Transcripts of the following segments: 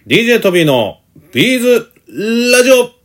DJ トビーのビーズラジオ。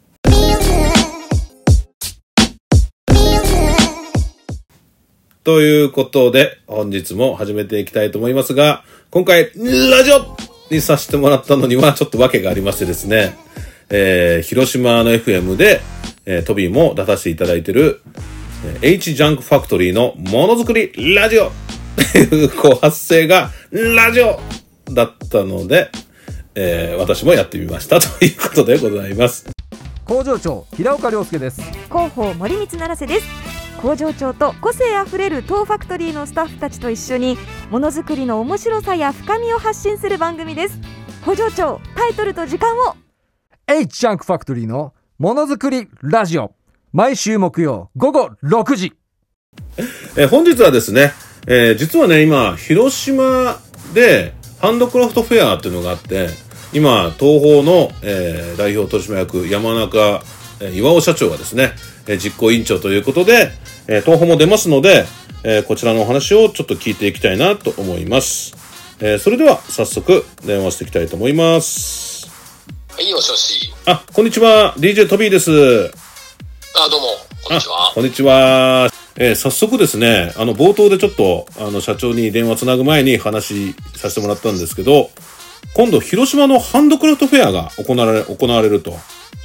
ということで本日も始めていきたいと思いますが、今回ラジオにさせてもらったのにはちょっと訳がありましてですね、広島の FM で、トビーも出させていただいている、H ジャンクファクトリーのものづくりラジオという発声がラジオだったので、私もやってみましたということでございます。 工場長平岡亮介です。 広報森光七瀬です。工場長と個性あふれる当ファクトリーのスタッフたちと一緒にものづくりの面白さや深みを発信する番組です。工場長、タイトルと時間を。 H ジャンクファクトリーのものづくりラジオ、毎週木曜午後6時。 本日はですね、実はね今広島でハンドクラフトフェアっていうのがあって、今東宝の、代表取締役山中岩尾社長がですね、実行委員長ということで、東宝も出ますので、こちらのお話をちょっと聞いていきたいなと思います。それでは早速電話していきたいと思います。 はい、もしもし。 こんにちは、 DJ トビーです。 どうもこんにちは。 こんにちは。早速ですね、冒頭でちょっと社長に電話つなぐ前に話させてもらったんですけど、今度広島のハンドクラフトフェアが行われると、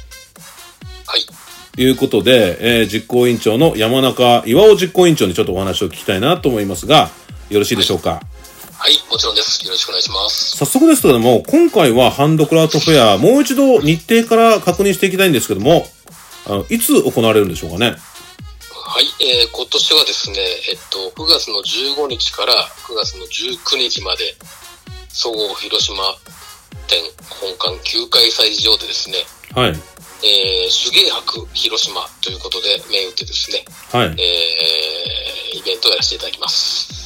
いうことで、実行委員長の山中岩尾実行委員長にちょっとお話を聞きたいなと思いますが、よろしいでしょうか。 はい、もちろんです。よろしくお願いします。 早速ですけども、今回はハンドクラフトフェア、もう一度日程から確認していきたいんですけども、いつ行われるんでしょうかね。 はい、今年はですね、9月の15日から9月の19日まで、総合広島店本館9階催事場でですね、 はい。 手芸博広島ということで銘打ってですね、 はい。 イベントをやらせていただきます。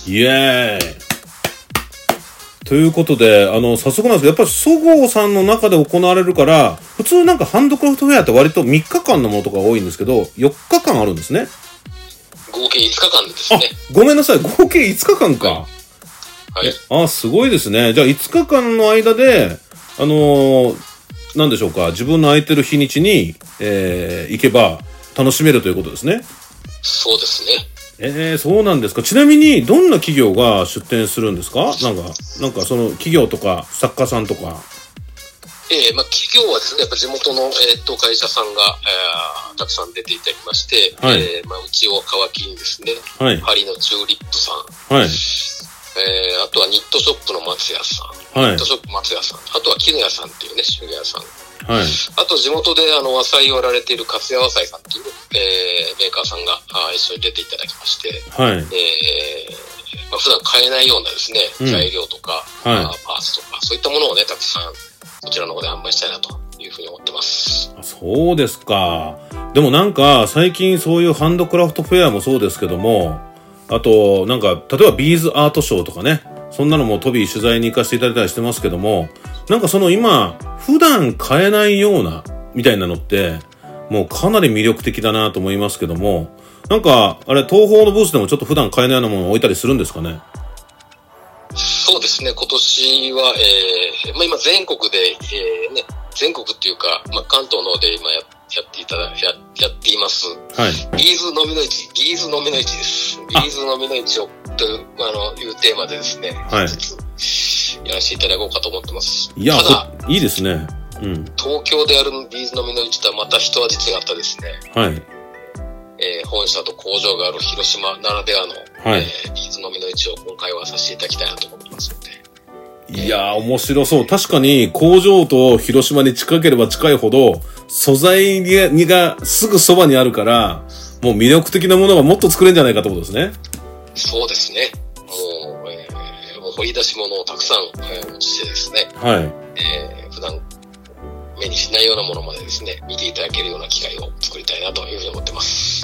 イエーイということで、早速なんですけど、やっぱりそごうさんの中で行われるから、普通なんかハンドクラフトフェアって割と3日間のものとか多いんですけど、4日間あるんですね。 合計5日間でですね。 ごめんなさい、合計5日間か。 はい。 すごいですね。じゃあ5日間の間で、なんでしょうか、自分の空いてる日にちに、行けば楽しめるということですね。 そうですね。 そうなんですか。ちなみにどんな企業が出展するんですか。なんかその企業とか作家さんとか。 企業はですね、やっぱ地元の、会社さんが、たくさん出ていただきまして、 はい。 うちを皮切りにですね、 はい。 パリのチューリップさん、 はい。 あとはニットショップの松屋さん、 はい。 ニットショップ松屋さん、あとは絹屋さんっていうね、手芸屋さん、 はい。 あと地元で和裁をやられている勝谷和裁さんっていう、メーカーさんが一緒に出ていただきまして、 はい。 普段買えないようなですね、材料とか、 はい。 パーツとか、そういったものをね、たくさんこちらの方で販売したいなというふうに思ってます。 そうですか。でもなんか最近そういうハンドクラフトフェアもそうですけども、あとなんか例えばビーズアートショーとかね、そんなのもトビー取材に行かせていただいたりしてますけども、なんかその今普段買えないようなみたいなのってもうかなり魅力的だなと思いますけども、なんかあれ東宝のブースでもちょっと普段買えないようなものを置いたりするんですかね。 そうですね、今年は、今全国で、全国っていうか、関東の方で今やっています。 はい。 ビーズのみの市です。ビーズのみの市をというテーマでですね、 はい。 やらせていただこうかと思ってます。 いや、 ただいいですね。うん。 東京でやるビーズのみの市とはまた一味違ったですね。 はい。 本社と工場がある広島ならではの、 はい。 ビーズのみの市を今回はさせていただきたいなと思ってますので。 いやー、面白そう。確かに工場と広島に近ければ近いほど素材がすぐそばにあるから、もう魅力的なものがもっと作れるんじゃないかってことですね。 そうですね。もう掘り出し物をたくさん、お持ちしてですね。 はい。 普段目にしないようなものまでですね、見ていただけるような機会を作りたいなというふうに思ってます。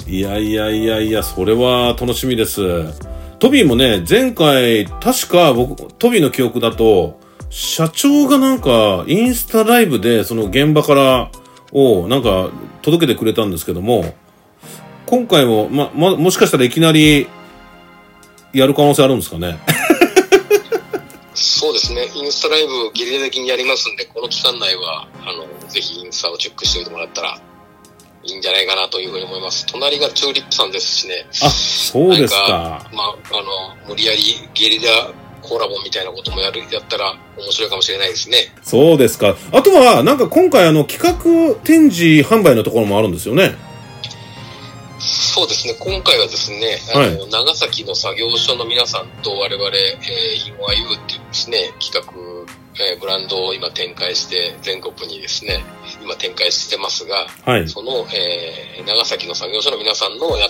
いや、それは楽しみです。トビーもね、前回、確かトビーの記憶だと、社長がなんか、インスタライブで、その現場からを、なんか、届けてくれたんですけども、今回も、もしかしたらいきなり、やる可能性あるんですかね。 そうですね。 インスタライブゲリラ的にやりますんで、この期間内は、ぜひインスタをチェックしておいてもらったらいいんじゃないかなというふうに思います。隣がチューリップさんですしね。 あ、そうですか。 無理やりゲリラコラボみたいなこともやったら面白いかもしれないですね。 そうですか。あとは、なんか今回企画展示販売のところもあるんですよね。 そうですね。今回はですね、長崎の作業所の皆さんと我々、インワユーっていうですね、企画、ブランドを今展開して、全国にですね、今展開してますが、 はい、 その、長崎の作業所の皆さんのやって、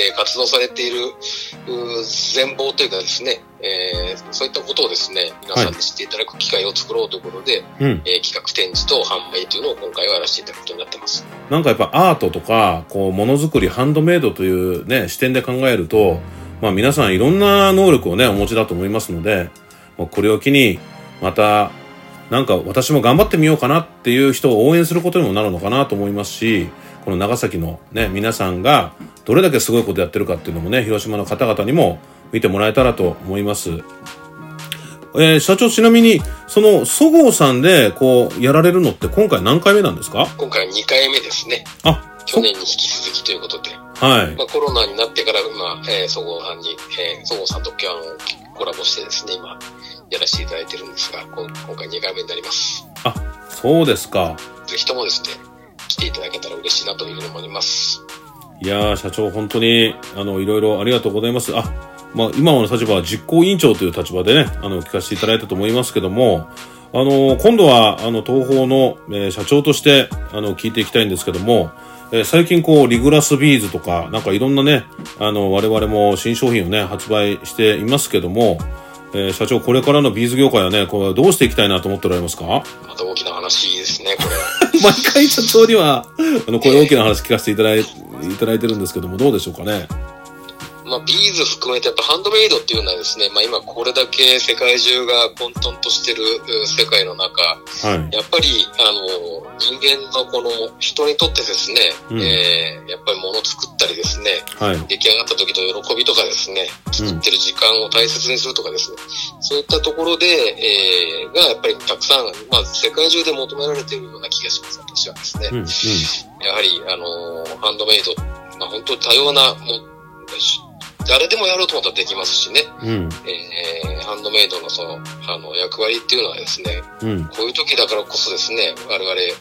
活動されている全貌というかですね、そういったことをですね、皆さんに知っていただく機会を作ろうということで、企画展示と販売というのを今回はやらせていただくことになってます。 なんかやっぱアートとか、こう、ものづくり、ハンドメイドというね、視点で考えると、まあ皆さんいろんな能力をね、お持ちだと思いますので、これを機に、また、なんか私も頑張ってみようかなっていう人を応援することにもなるのかなと思いますし、この長崎のね、皆さんがどれだけすごいことやってるかっていうのもね、広島の方々にも見てもらえたらと思います。社長、ちなみに、その、そごうさんで、こう、やられるのって今回何回目なんですか？ 今回は2回目ですね。去年に引き続きということで。 はい。 コロナになってから今、そごうさんに、そごうさんとコラボしてですね、今、やらせていただいてるんですが、今回2回目になります。 あ、そうですか。 ぜひともですね、来ていただけたら嬉しいなというふうに思います。 いやー、社長、本当に、いろいろありがとうございます。今の立場は実行委員長という立場でね、聞かせていただいたと思いますけども、今度は、東宝の、社長として、聞いていきたいんですけども、最近こう、リグラスビーズとか、なんかいろんなね、我々も新商品をね、発売していますけども、社長、これからのビーズ業界はね、これどうしていきたいなと思っておられますか？ また大きな話ですね、これ。 毎回社長には、これ大きな話聞かせていただいてるんですけども、どうでしょうかね。 ビーズ含めてやっぱハンドメイドっていうのはですね、今これだけ世界中が混沌としてる世界の中、やっぱり人間のこの人にとってですね、やっぱり物を作ったりですね、出来上がった時の喜びとかですね、作ってる時間を大切にするとかですね、そういったところで、がやっぱりたくさん、世界中で求められているような気がします、私はですね。やはりハンドメイド、本当に多様な誰でもやろうと思ったらできますしね。ハンドメイドのその、役割っていうのはですね、こういう時だからこそですね、我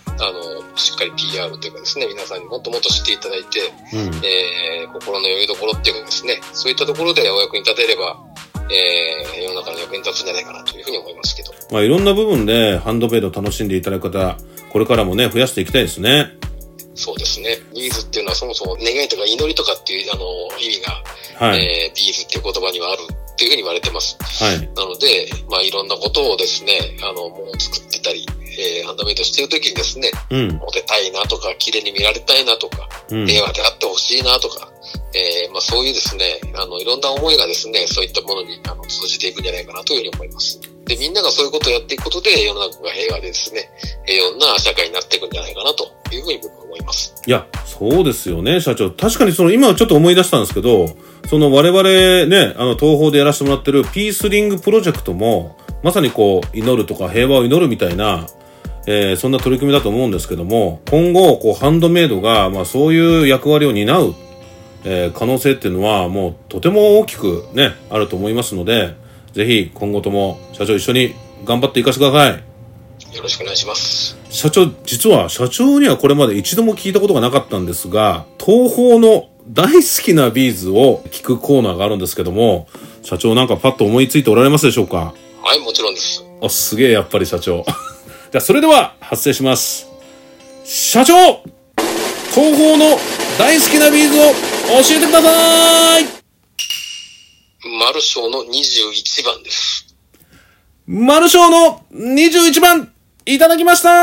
々、しっかり PR というかですね、皆さんにもっともっと知っていただいて、心の余裕どころっていうかですね、そういったところでお役に立てれば、世の中の役に立つんじゃないかなというふうに思いますけど。 いろんな部分でハンドメイドを楽しんでいただく方、これからもね、増やしていきたいですね。 そうですね。ビーズっていうのはそもそも願いとか祈りとかっていう意味が、ビーズっていう言葉にはあるっていうふうに言われてます。なので、いろんなことをですね、物を作ってたり、ハンドメイドしてるときにですね、モテたいなとか、綺麗に見られたいなとか、平和であってほしいなとか、そういうですね、いろんな思いがですね、そういったものに通じていくんじゃないかなというふうに思います。で、みんながそういうことをやっていくことで、世の中が平和でですね、平穏な社会になっていくんじゃないかなというふうに僕は思います。 いや、そうですよね、社長。確かに今ちょっと思い出したんですけど、我々ね、東宝でやらせてもらってるピースリングプロジェクトも、まさにこう、祈るとか平和を祈るみたいな、そんな取り組みだと思うんですけども、今後、こう、ハンドメイドが、そういう役割を担う、可能性っていうのは、もう、とても大きくね、あると思いますので、ぜひ、今後とも、社長一緒に頑張っていかせてください。 よろしくお願いします。 社長、実は、社長にはこれまで一度も聞いたことがなかったんですが、東宝の大好きなビーズを聞くコーナーがあるんですけども、社長なんかパッと思いついておられますでしょうか？ はい、もちろんです。 すげえ、やっぱり社長。じゃあ、それでは、発声します。社長！東宝の大好きなビーズを教えてください！ マルショーの21番です。 マルショーの21番、いただきました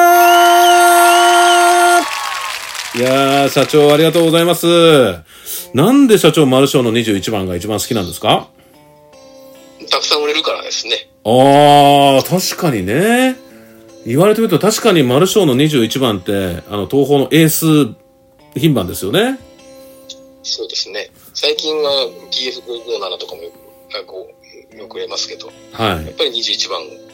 ー！いやー、社長ありがとうございます。なんで社長、マルショーの21番が一番好きなんですか？ たくさん売れるからですね。 確かにね。言われてみると確かにマルショーの21番って、東宝のエース品番ですよね。 そうですね。最近は PF557 とかもよく売れますけど、やっぱり21番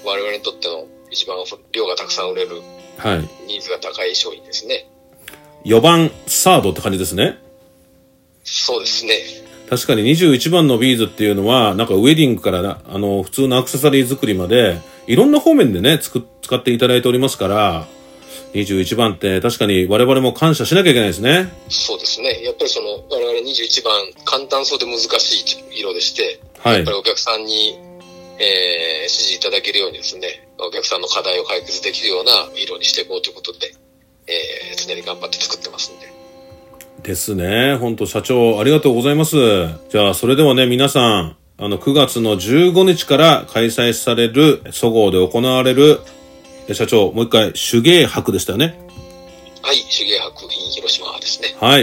我々にとっての一番量がたくさん売れる、 はい。 ニーズが高い商品ですね。 4番サードって感じですね。 そうですね。 確かに21番のビーズっていうのは、なんかウェディングから普通のアクセサリー作りまで、いろんな方面でね、使っていただいておりますから、21番って確かに我々も感謝しなきゃいけないですね。 そうですね。やっぱり我々21番、簡単そうで難しい色でして、 はい。 やっぱりお客さんに、指示いただけるようにですね、お客さんの課題を解決できるような色にしていこうということで、常に頑張って作ってますんで。 ですね。本当社長、ありがとうございます。じゃあ、それではね、皆さん、9月の15日から開催される、そごうで行われる、社長、もう一回、手芸博でしたよね。 はい、手芸博 in 広島ですね。 はい。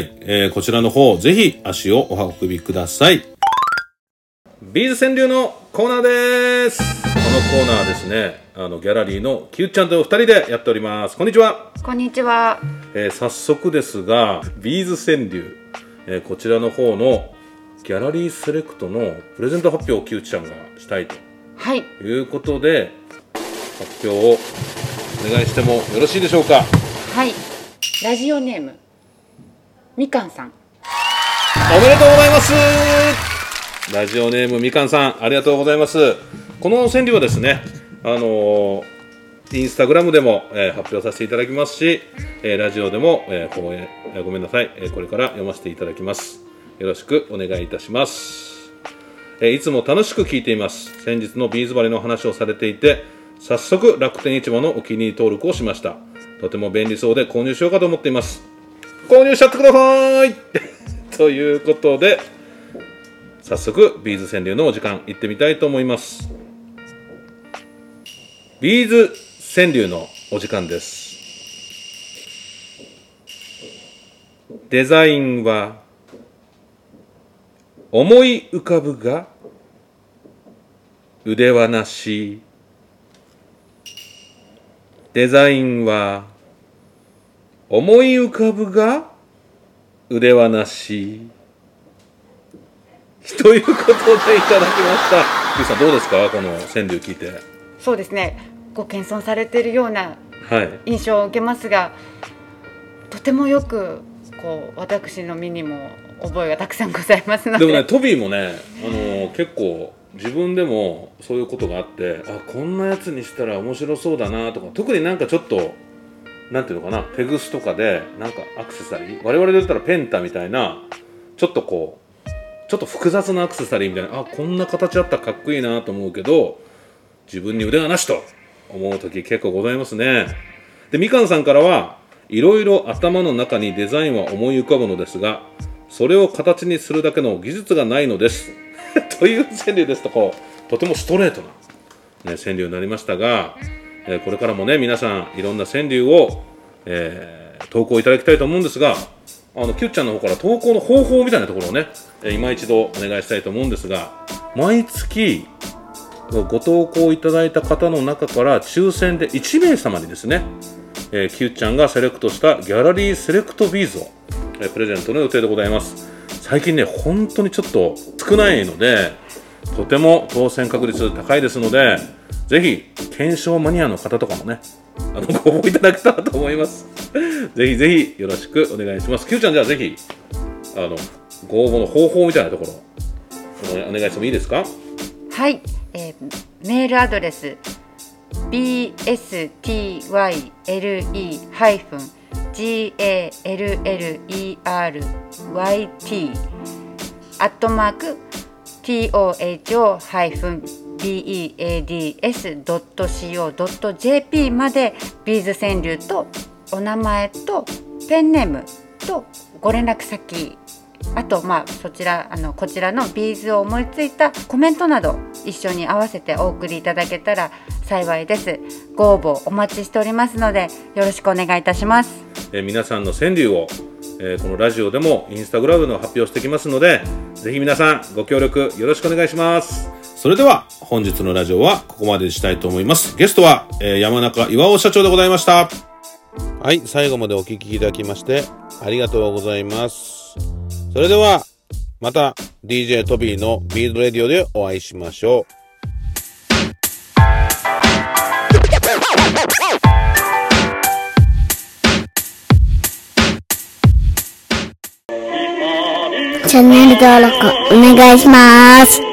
こちらの方、ぜひ足をお運びください。ビーズ川柳のコーナーです。このコーナーですね、ギャラリーのキューちゃんとお二人でやっております。こんにちは。 こんにちは。 早速ですが、ビーズ川柳、こちらの方のギャラリーセレクトのプレゼント発表をキューちゃんがしたいということで、発表をお願いしてもよろしいでしょうか。 はい。ラジオネームみかんさん。 おめでとうございます。ラジオネームみかんさん、ありがとうございます。この川柳はですね、インスタグラムでも、発表させていただきますし、ラジオでも、ごめんなさい、これから読ませていただきます。よろしくお願いいたします。いつも楽しく聞いています。先日のビーズバレの話をされていて、早速楽天市場のお気に入り登録をしました。とても便利そうで購入しようかと思っています。購入しちゃってくださいということで、早速ビーズ川柳のお時間行ってみたいと思います。ビーズ川柳のお時間です。デザインは思い浮かぶが腕はなし。デザインは思い浮かぶが腕はなし。ということでいただきました。ゆうさんどうですか、この川柳聞いて。 そうですね、ご謙遜されているようなはい。 印象を受けますが、とてもよく私の身にも覚えがたくさんございますので。 でもね、トビーもね、結構自分でもそういうことがあって、こんなやつにしたら面白そうだなとか、特になんかちょっとなんていうのかな、ペグスとかでなんかアクセサリー、我々で言ったらペンタみたいな、ちょっと複雑なアクセサリーみたいな、こんな形あったらかっこいいなと思うけど、自分に腕がなしと思う時結構ございますね。で、みかんさんからは、いろいろ頭の中にデザインは思い浮かぶのですが、それを形にするだけの技術がないのですという川柳ですと、とてもストレートな、川柳になりましたが、これからもね、皆さんいろんな川柳を、投稿いただきたいと思うんですが、キュッちゃんの方から投稿の方法みたいなところをね、今一度お願いしたいと思うんですが、毎月ご投稿いただいた方の中から抽選で1名様にですね、キュッちゃんがセレクトしたギャラリーセレクトビーズを、プレゼントの予定でございます。最近ね、本当にちょっと少ないので、とても当選確率高いですので、ぜひ検証マニアの方とかもね、ご応募いただけたらと思います。ぜひぜひよろしくお願いします。キューちゃん、じゃあぜひご応募の方法みたいなところお願いしてもいいですか？ はい、メールアドレス bstylert-toho-beads.co.jp までビーズ川柳とお名前とペンネームとご連絡先、あとこちらのビーズを思いついたコメントなど一緒に合わせてお送りいただけたら幸いです。ご応募お待ちしておりますのでよろしくお願いいたします。 皆さんの川柳を、このラジオでもインスタグラムでも発表してきますので、ぜひ皆さんご協力よろしくお願いします。それでは本日のラジオはここまでにしたいと思います。ゲストは、山中巌社長でございました。はい、最後までお聞きいただきましてありがとうございます。それではまた DJ トビーのビーズレディオでお会いしましょう。 チャンネル登録お願いします。